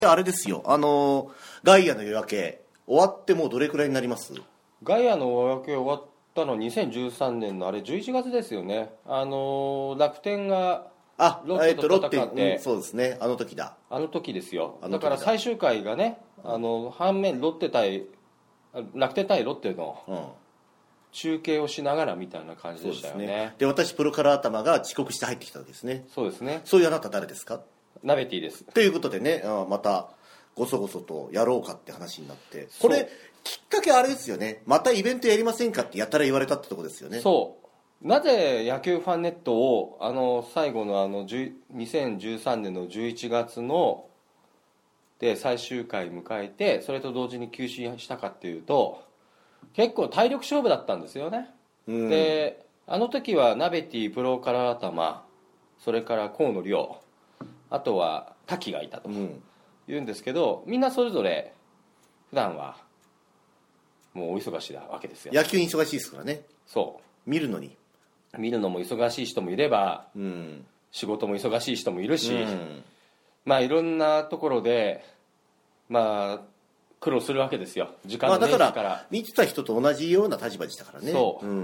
あれですよ、ガイアの夜明け終わってもうどれくらいになります？ ガイアの夜明け終わったの2013年のあれ11月ですよね。楽天がロッテと戦って、 そうですね、あの時だ。 あの時ですよ。だから最終回がね、反面楽天対ロッテの中継をしながらみたいな感じでしたよね。 で私プロカラー頭が遅刻して入ってきたわけですね。 そうですね。 そういうあなた誰ですか？ ナベティです。 ということでね、またごそごそとやろうかって話になって、これきっかけあれですよね、またイベントやりませんかってやたら言われたってとこですよね。 そうなぜ野球ファンネットを最後の2013年の11月ので最終回迎えて、それと同時に休止したかっていうと、結構体力勝負だったんですよね。であの時はナベティ、プロカラー頭、それから河野亮、あとは滝がいたというんですけど、みんなそれぞれ普段はもうお忙しいわけですよ。 野球に忙しいですからね。 そう見るのも忙しい人もいれば、仕事も忙しい人もいるし、まあいろんなところでまあ苦労するわけですよ、時間の年始から。 見てた人と同じような立場でしたからね。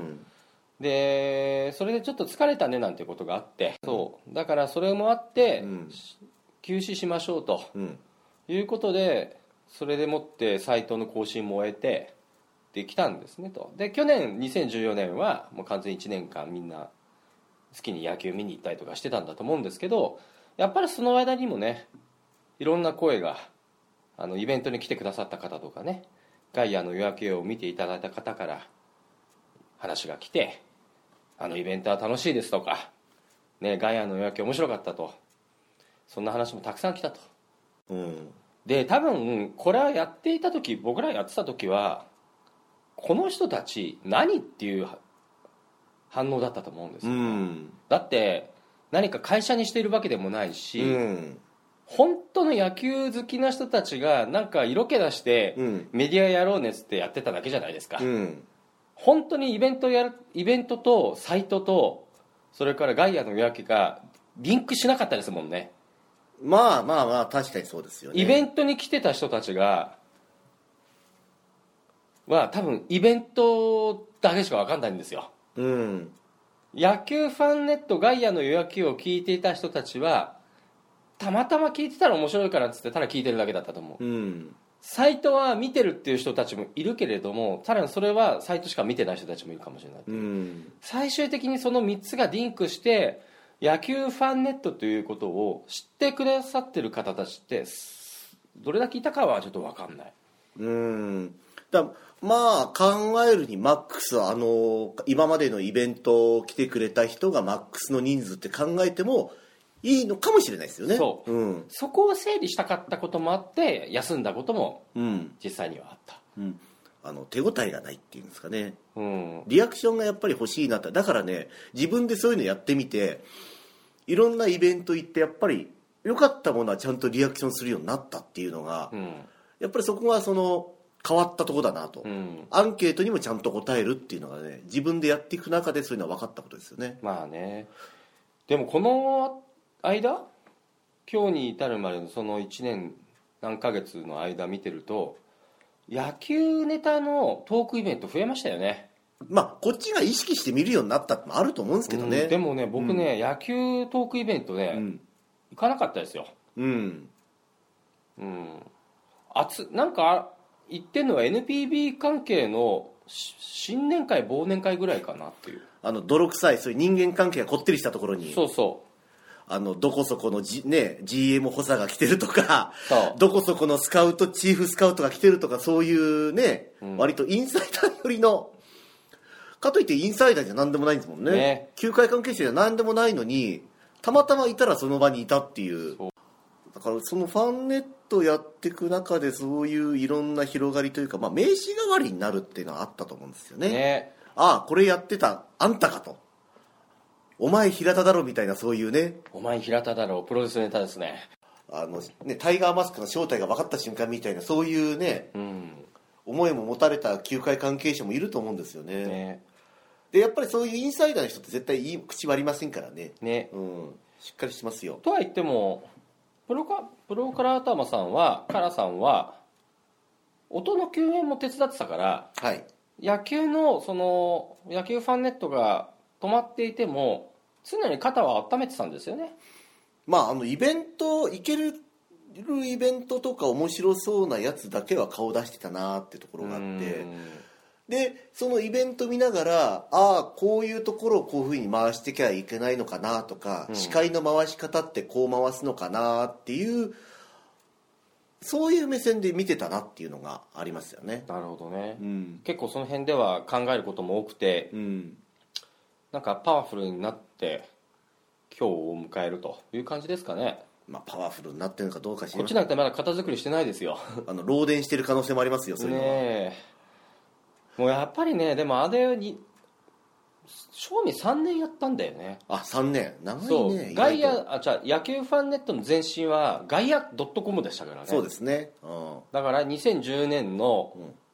でそれでちょっと疲れたねなんてことがあって、だからそれもあって、休止しましょうと、いうことで、それでもってサイトの更新も終えてできたんですねと。で去年2014年はもう完全1年間みんな好きに野球見に行ったりとかしてたんだと思うんですけど、やっぱりその間にもね、いろんな声がイベントに来てくださった方とかね、ガイアの夜明けを見ていただいた方から話が来て、イベントは楽しいですとか、ね、ガイアの夜明け面白かったと、そんな話もたくさん来たと。で多分これはやっていた時、僕らやってた時はこの人たち何っていう反応だったと思うんですよ。だって何か会社にしているわけでもないし、本当の野球好きな人たちがなんか色気出してメディアやろうねっつってやってただけじゃないですか。本当にイベントとサイトとそれからガイアの夜明けがリンクしなかったですもんね。 まあ確かにそうですよね。 イベントに来てた人たちは多分イベントだけしか分かんないんですよ。野球ファンネットガイアの夜明けを聞いていた人たちはたまたま聞いてたら面白いからっつってただ聞いてるだけだったと思う。サイトは見てるっていう人たちもいるけれども、ただそれはサイトしか見てない人たちもいるかもしれない。最終的にその3つがリンクして野球ファンネットということを知ってくださってる方たちってどれだけいたかはちょっと分かんない。 まあ考えるにマックス今までのイベント来てくれた人がマックスの人数って考えてもいいのかもしれないですよね。 そこを整理したかったこともあって休んだことも実際にはあった。 手応えがないっていうんですかね、リアクションがやっぱり欲しいなって。だからね、自分でそういうのやってみていろんなイベント行ってやっぱり良かったものはちゃんとリアクションするようになったっていうのが、やっぱりそこが変わったとこだなと、アンケートにもちゃんと答えるっていうのがね、自分でやっていく中でそういうのは分かったことですよね。 まあね、でもこの間、今日に至るまでのその1年何ヶ月の間見てると、野球ネタのトークイベント増えましたよね。 こっちが意識して見るようになったってもあると思うんですけどね。 でもね、僕ね、野球トークイベントね、行かなかったですよ。なんか言ってるのは NPB 関係の新年会忘年会ぐらいかなっていう、 泥臭いそういう人間関係がこってりしたところに、どこそこの、GM 補佐が来てるとか、どこそこのチーフスカウトが来てるとか、そういうね、割とインサイダー寄りの、かといってインサイダーじゃ何でもないんですもんね。球界関係者じゃ何でもないのにたまたまいたらその場にいたっていう。だからそのファンネットやっていく中でそういういろんな広がりというか、名刺代わりになるっていうのはあったと思うんですよね。これやってたあんたかと、お前平田だろみたいな、そういうね、 お前平田だろプロレスネタですね。 タイガーマスクの正体が分かった瞬間みたいな、そういうね、思いも持たれた球界関係者もいると思うんですよね。でやっぱりそういうインサイダーの人って絶対口割りませんからね。しっかりしてますよ。 とは言ってもプロカラータマさんはカラさんは音の救援も手伝ってたから、 はい、 野球のその野球ファンネットが止まっていても常に肩は温めてたんですよね。 まあイベント行けるイベントとか面白そうなやつだけは顔出してたなってところがあって、でそのイベント見ながらああこういうところをこういうふうに回してきゃいけないのかなとか、視界の回し方ってこう回すのかなっていうそういう目線で見てたなっていうのがありますよね。 なるほどね、結構その辺では考えることも多くて、なんかパワフルになって今日を迎えるという感じですかね。 まあ、パワフルになってるのかどうか知りこっちなんてまだ型作りしてないですよ漏電してる可能性もありますよ、そういうのは。 ねえ、もうやっぱりね、でもあれに正味3年やったんだよね。 あ、3年長いね。 そう、ガイア、じゃあ野球ファンネットの前身はガイア .com でしたからね。 そうですね、 だから2010年の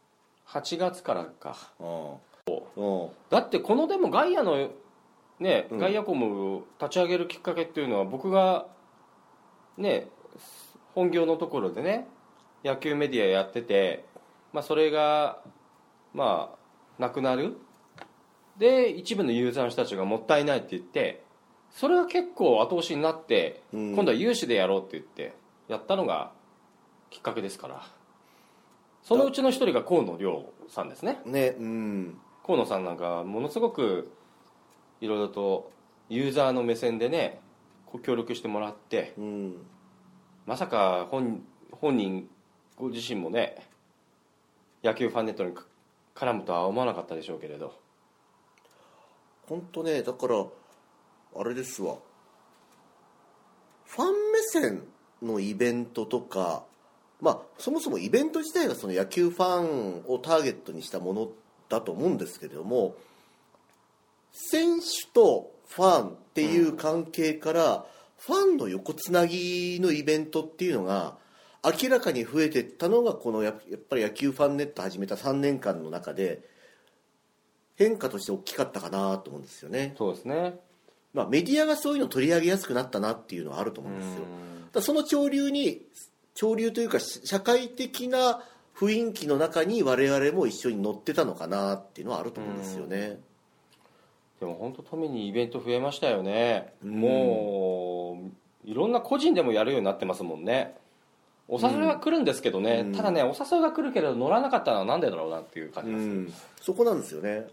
8月からか、だってこのでもガイアのね、ガイアコムを立ち上げるきっかけっていうのは僕がね本業のところでね野球メディアやってて、まあ、それがまあなくなるで一部のユーザーの人たちがもったいないって言ってそれが結構後押しになって、今度は有志でやろうって言ってやったのがきっかけですから、そのうちの一人が河野亮さんですね。河野さんなんかものすごくいろいろとユーザーの目線でね協力してもらって、まさか本人ご自身もね野球ファンネットに絡むとは思わなかったでしょうけれど、 本当ね、だからあれですわ、ファン目線のイベントとか、まあそもそもイベント自体がその野球ファンをターゲットにしたものだと思うんですけれども、選手とファンっていう関係から、ファンの横つなぎのイベントっていうのが明らかに増えていったのがこのやっぱり野球ファンネット始めた3年間の中で変化として大きかったかなと思うんですよね。 そうですね、 まあ、メディアがそういうのを取り上げやすくなったなっていうのはあると思うんですよ。だその潮流というか社会的な雰囲気の中に我々も一緒に乗ってたのかなっていうのはあると思うんですよね。 でも本当富にイベント増えましたよね。もういろんな個人でもやるようになってますもんね。お誘いは来るんですけどね、ただねお誘いが来るけど乗らなかったのはなんでだろうなっていう感じです、 そこなんですよね。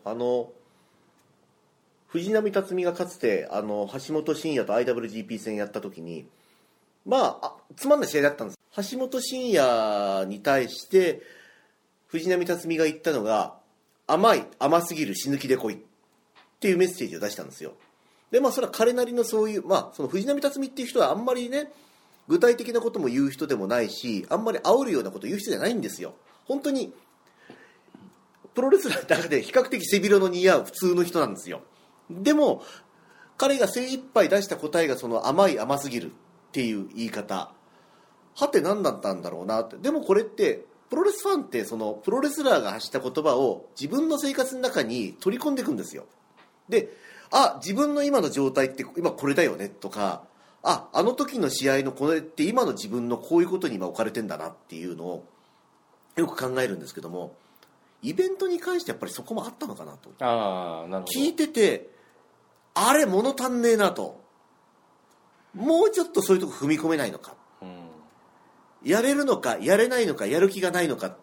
藤波辰巳がかつて橋本真也と IWGP 戦やった時にまあつまんない試合だったんです。橋本真也に対して藤波辰巳が言ったのが甘すぎる死ぬ気で来いっていうメッセージを出したんですよ。でまあそれは彼なりのそういうその藤波辰巳っていう人はあんまりね具体的なことも言う人でもないし、あんまり煽るようなことを言う人じゃないんですよ。本当にプロレスラーの中で比較的背広の似合う普通の人なんですよ。でも彼が精一杯出した答えがその甘すぎるっていう言い方、はて何だったんだろうなって。でもこれってプロレスファンってそのプロレスラーが発した言葉を自分の生活の中に取り込んでいくんですよ。で自分の今の状態って今これだよねとか、あの時の試合のこれって今の自分のこういうことに今置かれてんだなっていうのをよく考えるんですけども、イベントに関してやっぱりそこもあったのかなと。 なるほど。 聞いててあれ物足んねえなと、もうちょっとそういうとこ踏み込めないのか、やれるのかやれないのかやる気がないのかって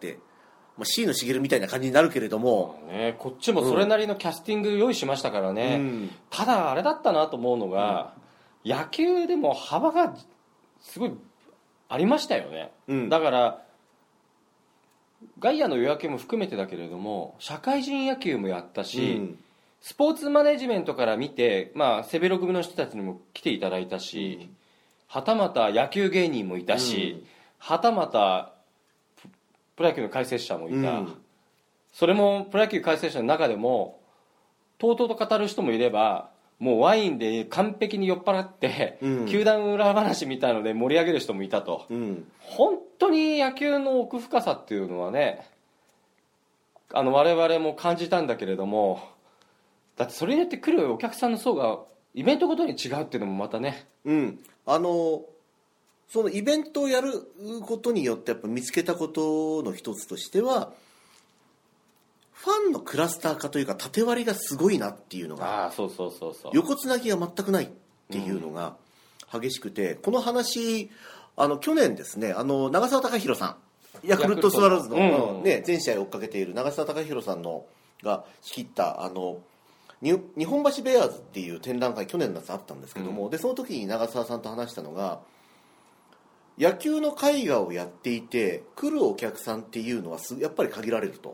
、C の茂みたいな感じになるけれども、 こっちもそれなりのキャスティング用意しましたからね、ただあれだったなと思うのが、野球でも幅がすごいありましたよね、だからガイアの予約も含めてだけれども社会人野球もやったし、スポーツマネジメントから見て、背広組の人たちにも来ていただいたし、はたまた野球芸人もいたし、はたまたプロ野球の解説者もいた、それもプロ野球解説者の中でもとうとうと語る人もいれば、もうワインで完璧に酔っ払って、球団裏話みたいので盛り上げる人もいたと、本当に野球の奥深さっていうのはね我々も感じたんだけれども、だってそれによって来るお客さんの層がイベントごとに違うっていうのもまたね、 そのイベントをやることによってやっぱ見つけたことの一つとしては、ファンのクラスター化というか縦割りがすごいなっていうのが、横つなぎが全くないっていうのが激しくて、この話去年ですね、長澤貴弘さん、ヤクルトスワローズの、全試合追っかけている長澤貴弘さんのが仕切った日本橋ベアーズっていう展覧会、去年の夏あったんですけども、でその時に長澤さんと話したのが、野球の絵画をやっていて来るお客さんっていうのはやっぱり限られると、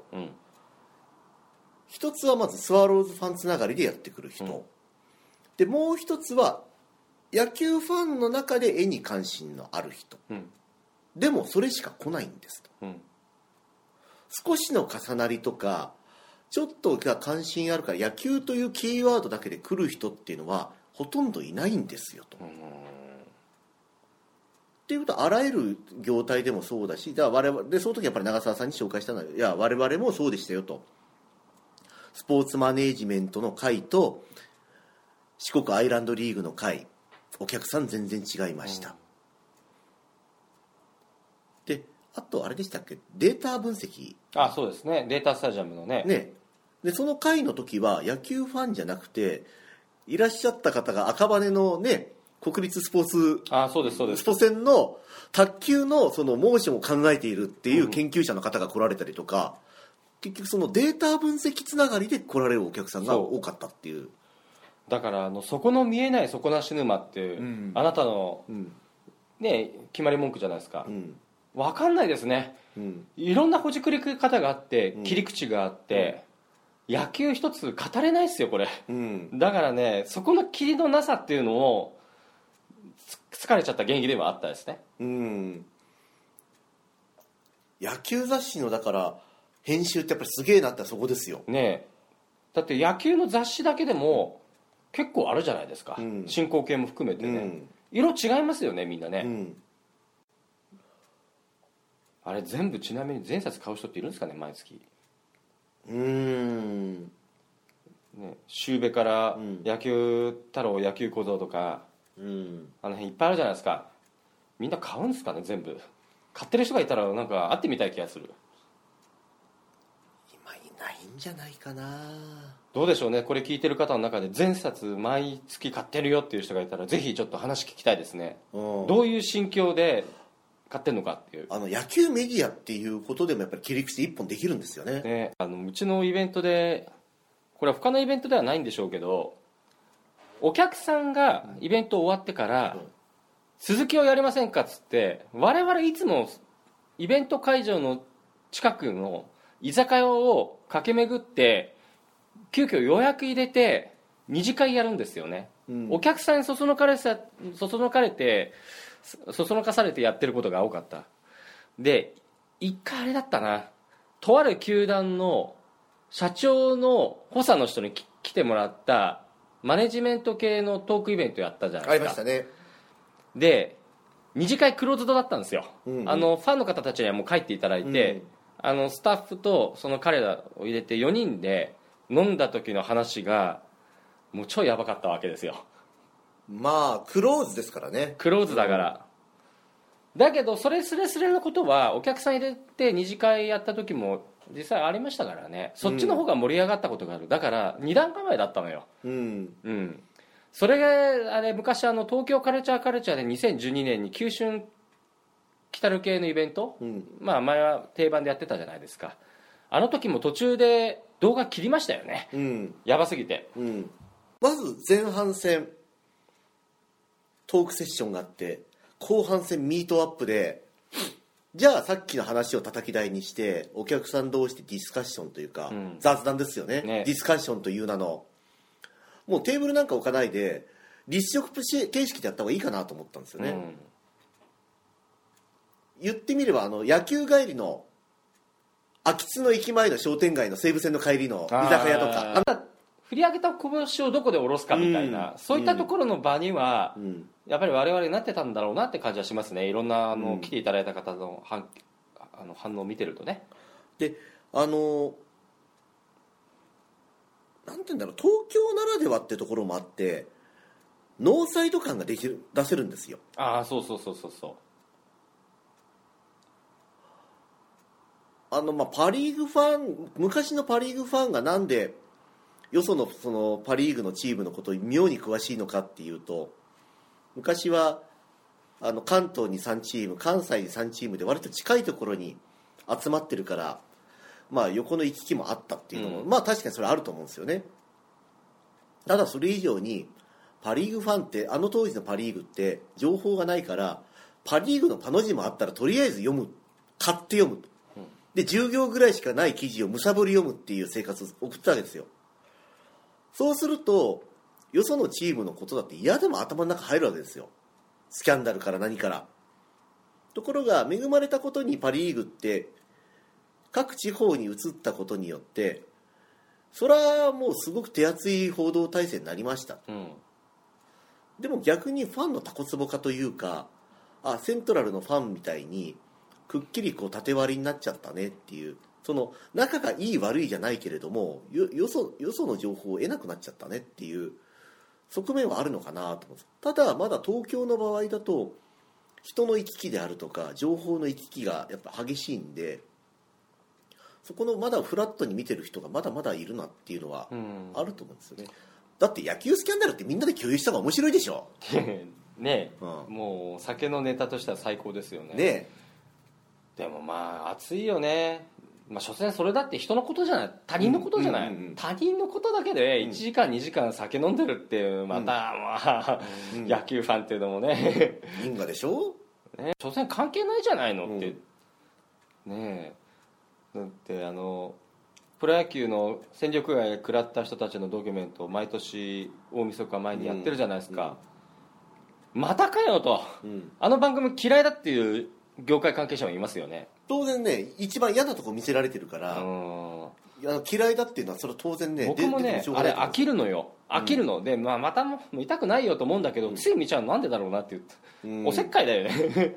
一つはまずスワローズファンつながりでやってくる人、でもう一つは野球ファンの中で絵に関心のある人、でもそれしか来ないんですと、少しの重なりとかちょっとが関心あるから野球というキーワードだけで来る人っていうのはほとんどいないんですよと、っていうとあらゆる業態でもそうだし、だから我々でその時やっぱり長澤さんに紹介したのは、いや我々もそうでしたよと、スポーツマネージメントの会と四国アイランドリーグの会、お客さん全然違いました、であとあれでしたっけ、データ分析、 そうですね、データスタジアムのねでその会の時は野球ファンじゃなくて、いらっしゃった方が赤羽のね国立スポーツスポセンの卓球のそのモーションを考えているっていう研究者の方が来られたりとか、結局そのデータ分析つながりで来られるお客さんが多かったっていう。 だからそこの見えない底なし沼って、あなたの、決まり文句じゃないですか、分かんないですね、いろんなほじくり方があって、切り口があって、野球一つ語れないっすよこれ、だからね、そこの切りのなさっていうのを疲れちゃった原因ではあったですね。 野球雑誌のだから編集ってやっぱりすげえなってそこですよね。だって野球の雑誌だけでも結構あるじゃないですか、進行形も含めてね、色違いますよねみんなね、あれ全部ちなみに全冊買う人っているんですかね毎月。シューベから野球太郎野球小僧とか、あの辺いっぱいあるじゃないですか。みんな買うんですかね全部。買ってる人がいたらなんか会ってみたい気がする。 今いないんじゃないかな。 どうでしょうね、これ聞いてる方の中で全冊毎月買ってるよっていう人がいたらぜひちょっと話聞きたいですね。どういう心境で買ってんのかっていう。 野球メディアっていうことでもやっぱり切り口で一本できるんですよね。 うちのイベントで、これは他のイベントではないんでしょうけど、お客さんがイベント終わってから、続きをやりませんかっつって我々いつもイベント会場の近くの居酒屋を駆け巡って急遽予約入れて2次会やるんですよね、お客さんにそそのかされてやってることが多かった。で一回あれだったな、とある球団の社長の補佐の人に来てもらったマネジメント系のトークイベントやったじゃないですか。 ありましたね。 で二次会クローズドだったんですよ、ファンの方たちにはもう帰っていただいて、スタッフとその彼らを入れて4人で飲んだ時の話がもう超やばかったわけですよ。 まあクローズですからね。 クローズだから、だけどそれスレスレのことはお客さん入れて二次会やった時も実際ありましたからね。そっちの方が盛り上がったことがある。だから2段構えだったのよ。それがあれ昔東京カルチャーで2012年に九春来たる系のイベント、まあ前は定番でやってたじゃないですか。あの時も途中で動画切りましたよね、やばすぎて、 まず前半戦トークセッションがあって、後半戦ミートアップで、じゃあさっきの話を叩き台にしてお客さん同士でディスカッションというか、雑談ですよね。ディスカッションという名の、もうテーブルなんか置かないで立食形式でやった方がいいかなと思ったんですよね、言ってみれば野球帰りの秋津の駅前の商店街の西武線の帰りの居酒屋とか、 振り上げた拳をどこで下ろすかみたいな、そういったところの場には、やっぱり我々になってたんだろうなって感じはしますね。いろんな来ていただいた方の反応を見てるとね。 でなんて言うんだろう、東京ならではってところもあって、 ノーサイド感が出せるんですよ。 ああ、そう。 パ・リーグファン、昔のパ・リーグファンがなんでよそのそのパ・リーグのチームのことを妙に詳しいのかっていうと、昔は関東に3チーム、関西に3チームで割と近いところに集まってるから、横の行き来もあったっていうのも、確かにそれあると思うんですよね。ただそれ以上にパ・リーグファンって、当時のパ・リーグって情報がないから、パ・リーグのパの字もあったらとりあえず読む、買って読む、で10行ぐらいしかない記事をむさぼり読むっていう生活を送ったわけですよ。そうするとよそのチームのことだって嫌でも頭の中入るわけですよ。スキャンダルから何から。ところが恵まれたことにパ・リーグって各地方に移ったことによって、それはもうすごく手厚い報道体制になりました、でも逆にファンのタコツボ化というか、セントラルのファンみたいにくっきりこう縦割りになっちゃったねっていう、その仲がいい悪いじゃないけれども、よその情報を得なくなっちゃったねっていう側面はあるのかなと思うんです。ただまだ東京の場合だと人の行き来であるとか情報の行き来がやっぱ激しいんで、そこのまだフラットに見てる人がまだまだいるなっていうのはあると思うんですよね。だって野球スキャンダルってみんなで共有した方が面白いでしょねえ、もう酒のネタとしては最高ですよね。 ねえ、でも熱いよね。所詮それだって人のことじゃない、他人のことじゃない、他人のことだけで1時間2時間酒飲んでるっていう、また野球ファンっていうのもね因果でしょ、 ね、所詮関係ないじゃないのって、ねえ、だってプロ野球の戦力外食らった人たちのドキュメントを毎年大晦日前にやってるじゃないですか、またかよと、あの番組嫌いだっていう業界関係者もいますよね。 当然ね、一番嫌なとこ見せられてるから、嫌いだっていうのはそれは当然ね、 僕もねあれ飽きるのよ、飽きるので、また見たくないよと思うんだけど、つい見ちゃうのなんでだろうなって言って、おせっかいだよね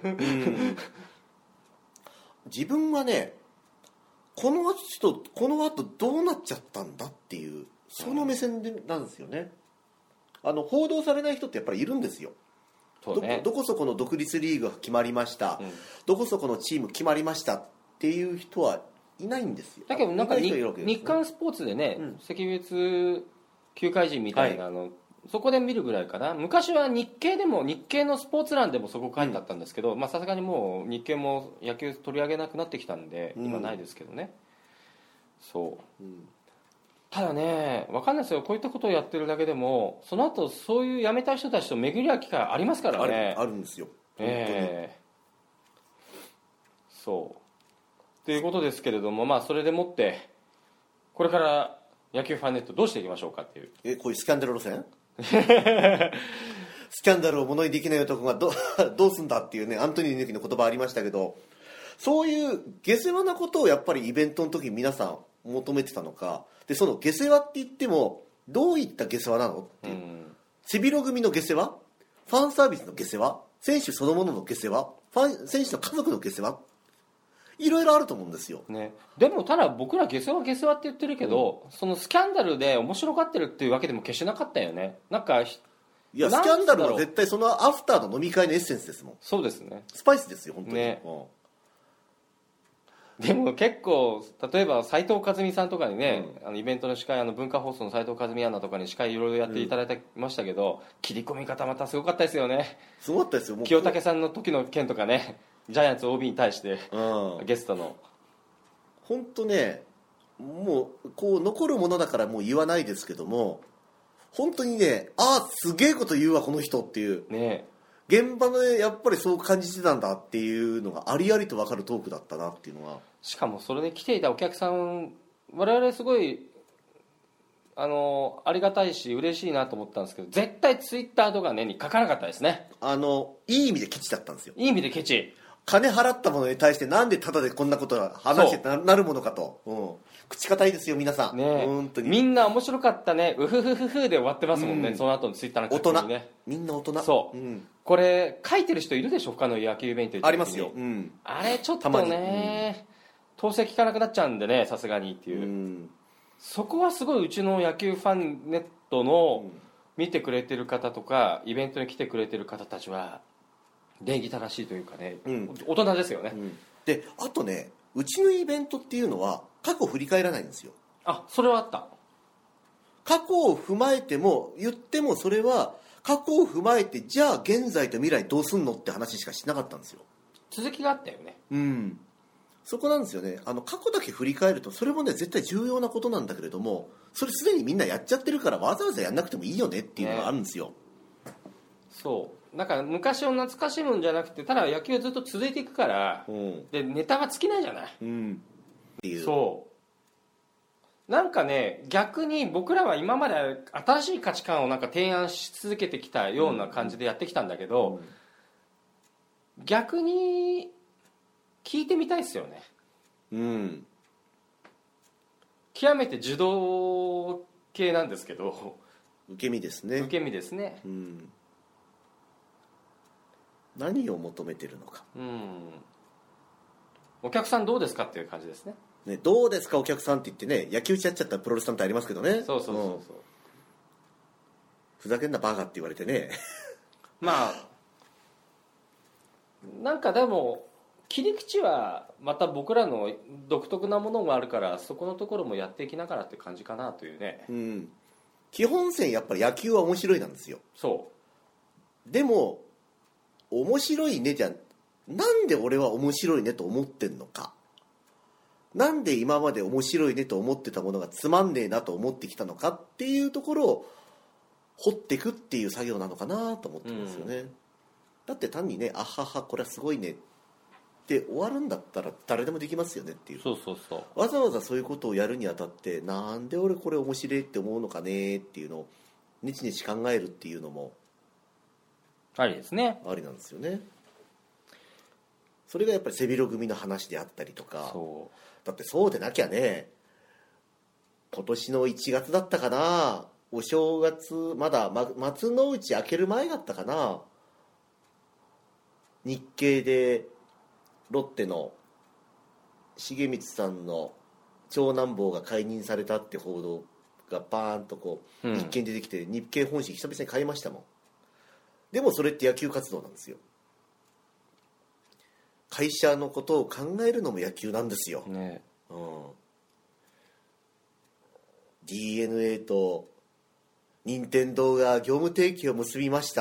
自分はね、この後どうなっちゃったんだっていうその目線でなんですよね。報道されない人ってやっぱりいるんですよ。どこそこの独立リーグが決まりました、どこそこのチーム決まりましたっていう人はいないんですよ。 だけどなんか日刊スポーツでね、惜別球界人みたいなそこで見るぐらいかな。昔は日経のスポーツ欄でもそこ書いてあったんですけど、さすがにもう日経も野球取り上げなくなってきたんで、今ないですけどね。そう、ただね、分かんないですよ、こういったことをやってるだけでもその後そういう辞めた人たちと巡り合う機会ありますからね。 あるんですよ、 そうということですけれども、それでもってこれから野球ファンネットどうしていきましょうかっていう、 こういうスキャンダル路線スキャンダルを物にできない男がどうすんだっていうね、アントニオ猪木の言葉ありましたけど、そういう下世話なことをやっぱりイベントの時に皆さん求めてたのか。でその下世話って言ってもどういった下世話なのっていう、背広組の下世話、ファンサービスの下世話、選手そのものの下世話、選手の家族の下世話、いろいろあると思うんですよ、 ね、でもただ僕ら下世話って言ってるけど、そのスキャンダルで面白がってるっていうわけでも決してなかったよね。なんかいや、スキャンダルは絶対そのアフターの飲み会のエッセンスですもん。 そうですね、 スパイスですよ本当に、 ね。でも結構例えば斉藤和美さんとかにね、イベントの司会、文化放送の斉藤和美アナとかに司会いろいろやっていただいてましたけど、切り込み方またすごかったですよね。 すごかったですよ。もう清武さんの時の件とかね、ジャイアンツ OB に対して、ゲストの本当ね、もうこう残るものだからもう言わないですけども、本当にね、すげえこと言うわこの人っていうね、 現場でやっぱりそう感じてたんだっていうのがありありと分かるトークだったなっていうのは。 しかもそれで来ていたお客さん、我々すごいありがたいし嬉しいなと思ったんですけど、絶対ツイッターとかねに書かなかったですね。 いい意味でケチだったんですよ。 いい意味でケチ。 金払ったものに対してなんでタダでこんなこと話してなるものかと、口堅いですよ皆さん、 ね、 本当にみんな面白かったね、うふふふふで終わってますもんね、その後のツイッターの書き込みね。 みんな大人。 そう、これ書いてる人いるでしょ、他の野球イベントありますよ、 あれちょっとね、統制効かなくなっちゃうんでね、さすがにっていう、そこはすごいうちの野球ファンネットの見てくれてる方とかイベントに来てくれてる方たちは礼儀正しいというかね、大人ですよね、 であとね、うちのイベントっていうのは過去を振り返らないんですよ。 それはあった。 過去を踏まえても言っても、それは過去を踏まえて、じゃあ現在と未来どうすんのって話しかしなかったんですよ。 続きがあったよね。 そこなんですよね。過去だけ振り返るとそれもね絶対重要なことなんだけれども、それすでにみんなやっちゃってるからわざわざやんなくてもいいよねっていうのがあるんですよ、 そうだから昔を懐かしむんじゃなくて、ただ野球はずっと続いていくから、でネタが尽きないじゃない、っていう。そうなんかね、逆に僕らは今まで新しい価値観をなんか提案し続けてきたような感じでやってきたんだけど、逆に聞いてみたいですよね。極めて受動系なんですけど、 受け身ですね。 受け身ですね。 何を求めてるのか、 お客さんどうですかっていう感じですね。 どうですかお客さんって言ってね、野球しちゃっちゃったらプロレスなんてありますけどね。 そう、 ふざけんなバカって言われてねまあなんかでも切り口はまた僕らの独特なものがあるから、そこのところもやっていきながらって感じかなというね。 基本線やっぱり野球は面白いなんですよ。でも面白いねじゃ、なんで俺は面白いねと思ってんのか、なんで今まで面白いねと思ってたものがつまんねえなと思ってきたのかっていうところを掘っていくっていう作業なのかなと思ってますよね、だって単にね、あははこれはすごいねって終わるんだったら誰でもできますよねっていう。わざわざそういうことをやるにあたって、なんで俺これ面白いって思うのかねっていうのをネチネチ考えるっていうのもありですね。 ありなんですよね。それがやっぱり背広組の話であったりとか、だってそうでなきゃね、今年の1月だったかな、お正月まだ松の内開ける前だったかな、日経でロッテの重光さんの長男坊が解任されたって報道がバーンとこう一見出てきて、日経本誌久々に買いましたもん。でもそれって野球活動なんですよ。会社のことを考えるのも野球なんですよ、DNA と任天堂が業務提携を結びました、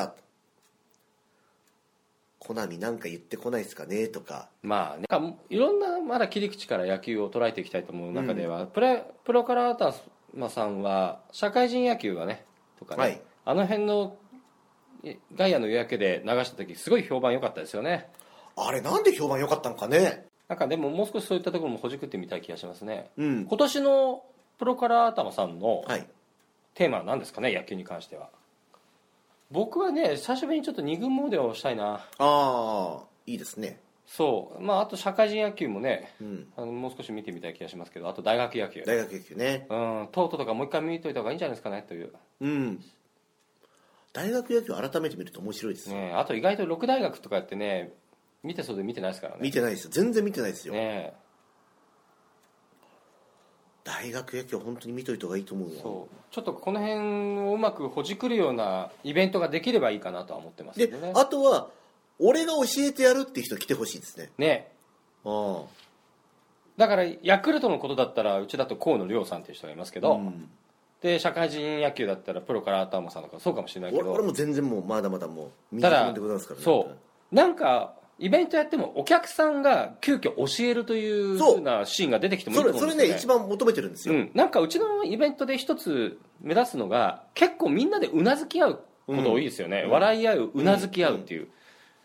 コナミなんか言ってこないですかねとか、 まあね、いろんなまだ切り口から野球を捉えていきたいと思う中では、プロカラータマさんは社会人野球がねとかね、あの辺のガイアの予約で流した時すごい評判良かったですよね。 あれなんで評判良かったのかね。 なんかでももう少しそういったところもほじくってみたい気がしますね、今年のプロカラータマさんのテーマは何ですかね、野球に関しては。僕はね、久しぶりにちょっと2軍モードをしたいな。 いいですね。 あと社会人野球もね、もう少し見てみたい気がしますけど、あと大学野球ね、 トートとかもう一回見といた方がいいんじゃないですかねという。 大学野球改めて見ると面白いですね。あと意外と6大学とかやってね、見てそうで見てないですからね。 見てないですよ、全然見てないですよ、大学野球は本当に見といた方がいいと思うよ。 ちょっとこの辺をうまくほじくるようなイベントができればいいかなとは思ってますけどね。 あとは俺が教えてやるっていう人来てほしいですね。 だからヤクルトのことだったらうちだと河野亮さんっていう人がいますけど、で社会人野球だったらプロからアターマさんとかそうかもしれないけど、 俺も全然もうまだまだもう水込んでございますからね。 なんかイベントやってもお客さんが急遽教えるという風なシーンが出てきてもいいと思うんですよね。 それね一番求めてるんですよ、 なんかうちのイベントで一つ目立つのが、結構みんなでうなずき合うこと多いですよね、笑い合う、うなずき合うっていう、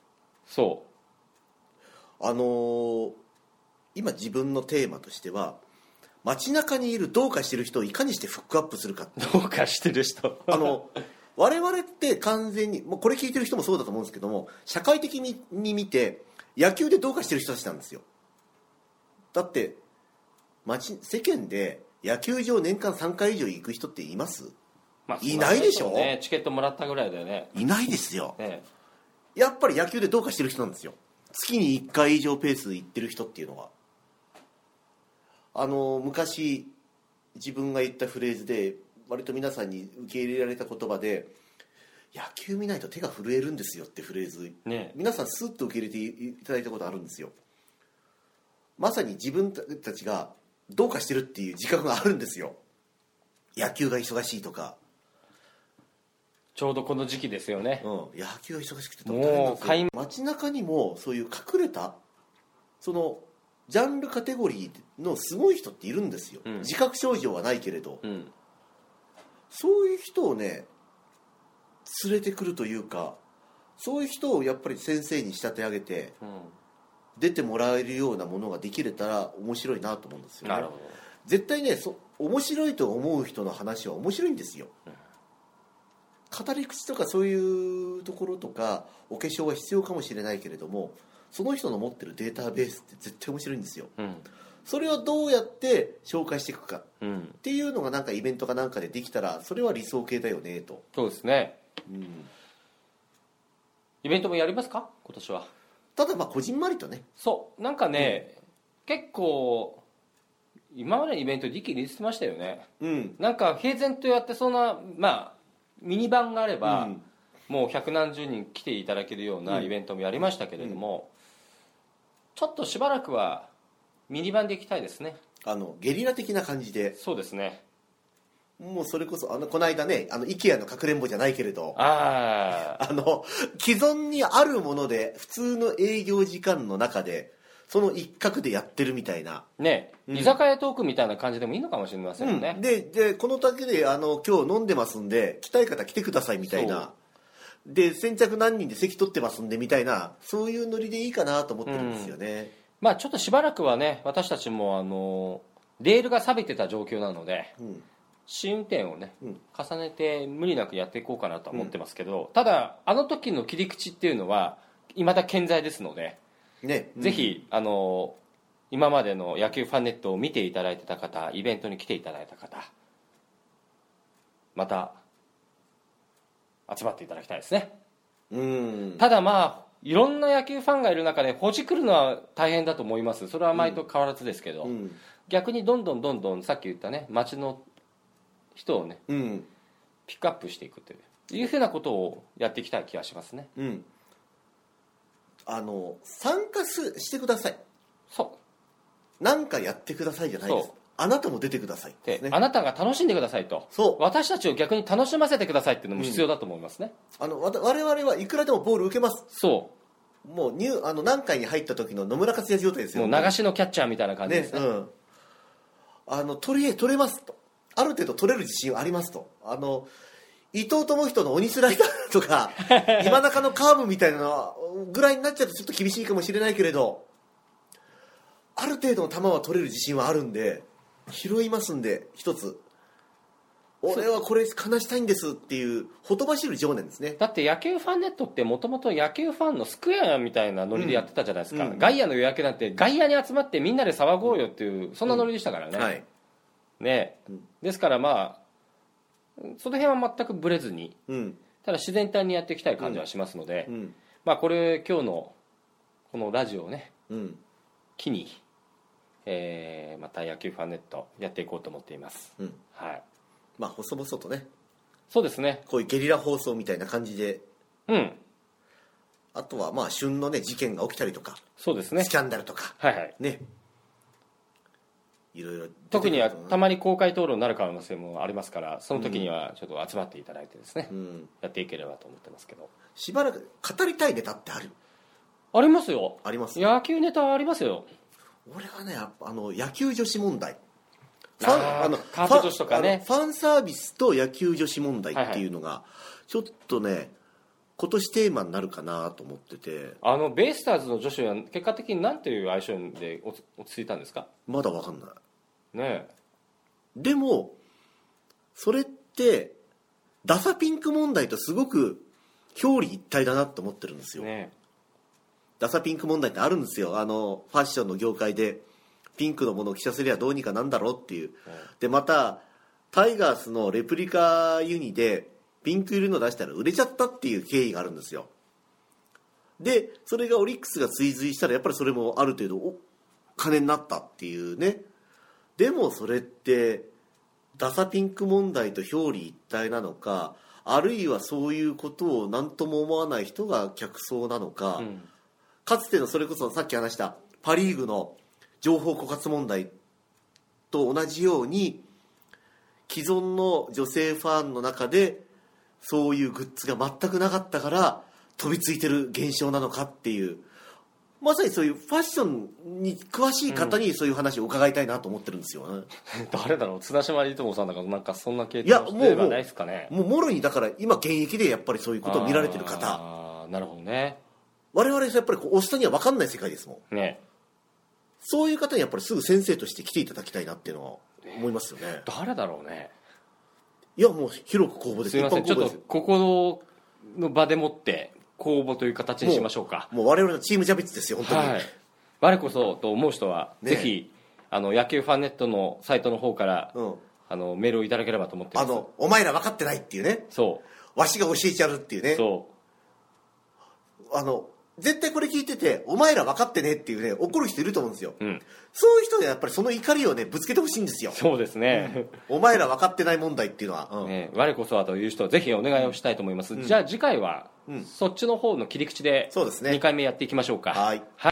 今自分のテーマとしては、街中にいるどうかしてる人をいかにしてフックアップするか。 どうかしてる人我々って完全にもうこれ聞いてる人もそうだと思うんですけども、社会的に見て野球でどうかしてる人たちなんですよ。だって世間で野球場年間3回以上行く人っています？いないでしょ、 チケットもらったぐらいだよね。 いないですよ、やっぱり野球でどうかしてる人なんですよ。月に1回以上ペースで行ってる人っていうのは。昔自分が言ったフレーズで割と皆さんに受け入れられた言葉で、 野球見ないと手が震えるんですよってフレーズ、ね、皆さんスッと受け入れていただいたことあるんですよ。まさに自分たちがどうかしてるっていう自覚があるんですよ。野球が忙しいとか、 ちょうどこの時期ですよね、 野球が忙しくて大変なんですよ。街中にもそういう隠れたそのジャンルカテゴリーのすごい人っているんですよ、自覚症状はないけれど、そういう人をね連れてくるというか、そういう人をやっぱり先生に仕立て上げて、出てもらえるようなものができれたら面白いなと思うんですよね。なるほど。絶対ね、面白いと思う人の話は面白いんですよ、語り口とかそういうところとかお化粧は必要かもしれないけれども、その人の持ってるデータベースって絶対面白いんですよ、それをどうやって紹介していくかっていうのがなんかイベントかなんかでできたら、それは理想形だよねと。 そうですね、イベントもやりますか今年は。 ただまあこじんまりとね、 そうなんかね、結構今までのイベント時期にしてましたよね、なんか平然とやってそうな、まあミニバンがあれば、もう百何十人来ていただけるようなイベントもやりましたけれども、ちょっとしばらくはミニバンで行きたいですね。 ゲリラ的な感じで。 そうですね。 もうそれこそこの間ね、IKEA のかくれんぼじゃないけれど、既存にあるもので普通の営業時間の中でその一角でやってるみたいなね、居酒屋トークみたいな感じでもいいのかもしれませんね、 でこのだけで今日飲んでますんで来たい方来てくださいみたいな、で先着何人で席取ってますんでみたいな、そういうノリでいいかなと思ってるんですよね、 まあちょっとしばらくはね、私たちもレールが錆びてた状況なので、試運転をね、重ねて無理なくやっていこうかなとは思ってますけど、ただ時の切り口っていうのは未だ健在ですので、ぜひ今までの野球ファンネットを見ていただいてた方、イベントに来ていただいた方、また集まっていただきたいですね。ただまあいろんな野球ファンがいる中でほじくるのは大変だと思います。それは毎度変わらずですけど、逆にどんどんさっき言ったね、街の人をね、ピックアップしていくというふうなことをやっていきたい気がしますね。 参加してください。そうなんかやってくださいじゃないです。あなたも出てくださいですね。 あなたが楽しんでくださいと。私たちを逆に楽しませてくださいっていうのも必要だと思いますね。 我々はいくらでもボール受けます。もう何回に入った時の野村克也状態ですよ、 もう流しのキャッチャーみたいな感じですね。 取れますと、ある程度取れる自信はありますと。伊藤智人の鬼スライダーとか今中のカーブみたいなのぐらいになっちゃうとちょっと厳しいかもしれないけれど、ある程度の球は取れる自信はあるんで拾いますんで、一つ俺はこれ話したいんですっていうほとばしる情念ですね。 だって野球ファンネットってもともと野球ファンのスクエアみたいなノリでやってたじゃないですか、外野の予約なんて外野に集まってみんなで騒ごうよっていう、そんなノリでしたからね、ですからまあその辺は全くブレずに、ただ自然体にやっていきたい感じはしますので、まあこれ今日のこのラジオをね、機に、また野球ファンネットやっていこうと思っています、 まあ細々とね。 そうですね、 こういうゲリラ放送みたいな感じで、あとはまあ旬のね事件が起きたりとか、 そうですね、 スキャンダルとか、ね、いろいろ特にはたまに公開討論になる可能性もありますから、その時にはちょっと集まっていただいてですね、やっていければと思ってますけど。 しばらく語りたいネタってある？ ありますよ。 あります。 野球ネタはありますよ。 俺はね、野球女子問題、 カープ女子とかね、 ファンサービスと野球女子問題っていうのがちょっとね、今年テーマになるかなと思ってて。 ベイスターズの女子は結果的に何という相性で落ち着いたんですか？ まだ分かんないね。 でもそれってダサピンク問題とすごく表裏一体だなと思ってるんですよ、ダサピンク問題ってあるんですよ。ファッションの業界でピンクのものを着させりゃどうにかなんだろうっていう、でまたタイガースのレプリカユニでピンク色の出したら売れちゃったっていう経緯があるんですよ。でそれがオリックスが追随したらやっぱりそれもある程度金になったっていうね。でもそれってダサピンク問題と表裏一体なのか、 あるいはそういうことを何とも思わない人が客層なのか、かつてのそれこそさっき話したパ・リーグの情報枯渇問題と同じように既存の女性ファンの中でそういうグッズが全くなかったから飛びついてる現象なのかっていう、まさにそういうファッションに詳しい方にそういう話を伺いたいなと思ってるんですよね。 誰だろう、綱島いともさんだからなんかそんな系統ではないですかね。 もうもろにだから今現役でやっぱりそういうことを見られてる方、 なるほどね。 我々やっぱりおっさんには分かんない世界ですもんね。そういう方にやっぱりすぐ先生として来ていただきたいなっていうのは思いますよね。 誰だろうね。 いやもう広く公募です。 すみません、ちょっとここの場でもって公募という形にしましょうか。 もう我々のチームジャビッツですよ本当に、はい、 我こそと思う人は、ぜひ野球ファンネットのサイトの方から、メールをいただければと思ってます。 お前ら分かってないっていうね、そうわしが教えちゃうっていうね、絶対これ聞いててお前ら分かってねっていうね怒る人いると思うんですよ、そういう人にはやっぱりその怒りをねぶつけてほしいんですよ。 そうですね、 お前ら分かってない問題っていうのは、 我こそはという人はぜひお願いをしたいと思います、じゃあ次回は、そっちの方の切り口で2回目やっていきましょうか。はい。